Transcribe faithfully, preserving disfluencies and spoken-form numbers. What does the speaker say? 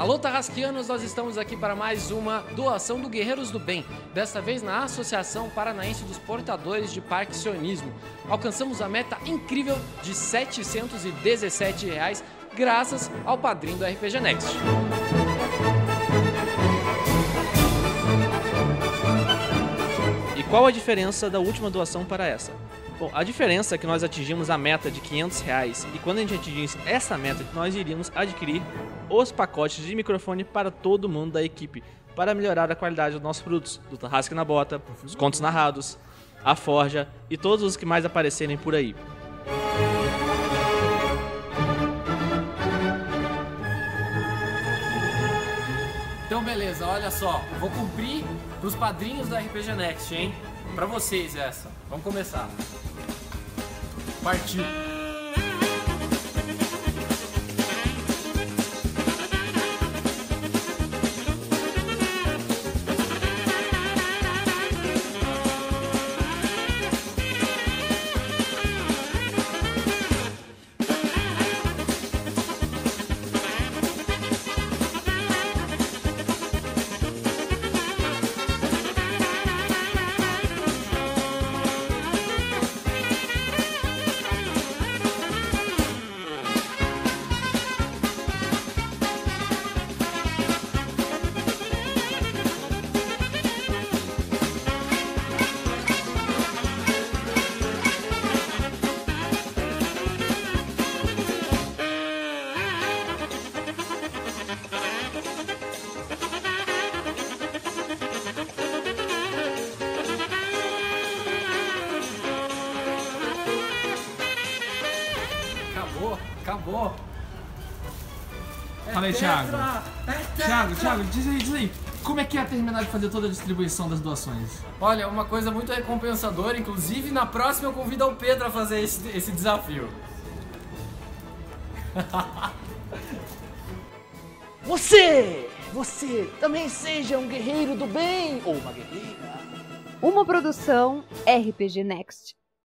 Alô, Tarrasquianos, nós estamos aqui para mais uma doação do Guerreiros do Bem, desta vez na Associação Paranaense dos Portadores de Parkinsonismo. Alcançamos a meta incrível de setecentos e dezessete reais, graças ao padrinho do R P G Next. E qual a diferença da última doação para essa? Bom, a diferença é que nós atingimos a meta de quinhentos reais e quando a gente atingisse essa meta, nós iríamos adquirir os pacotes de microfone para todo mundo da equipe, para melhorar a qualidade dos nossos produtos, do Tarrasque na Bota, os Contos Narrados, a Forja e todos os que mais aparecerem por aí. Então beleza, olha só, vou cumprir pros padrinhos da R P G Next, hein? Pra vocês essa. Vamos começar. Partiu! Acabou, acabou. Fala aí, É Thiago. tetra, é tetra. Thiago, Thiago, diz aí, diz aí. Como é que é terminar de fazer toda a distribuição das doações? Olha, uma coisa muito recompensadora, inclusive na próxima eu convido o Pedro a fazer esse, esse desafio. Você, você também seja um guerreiro do bem ou uma guerreira. Uma produção R P G Next.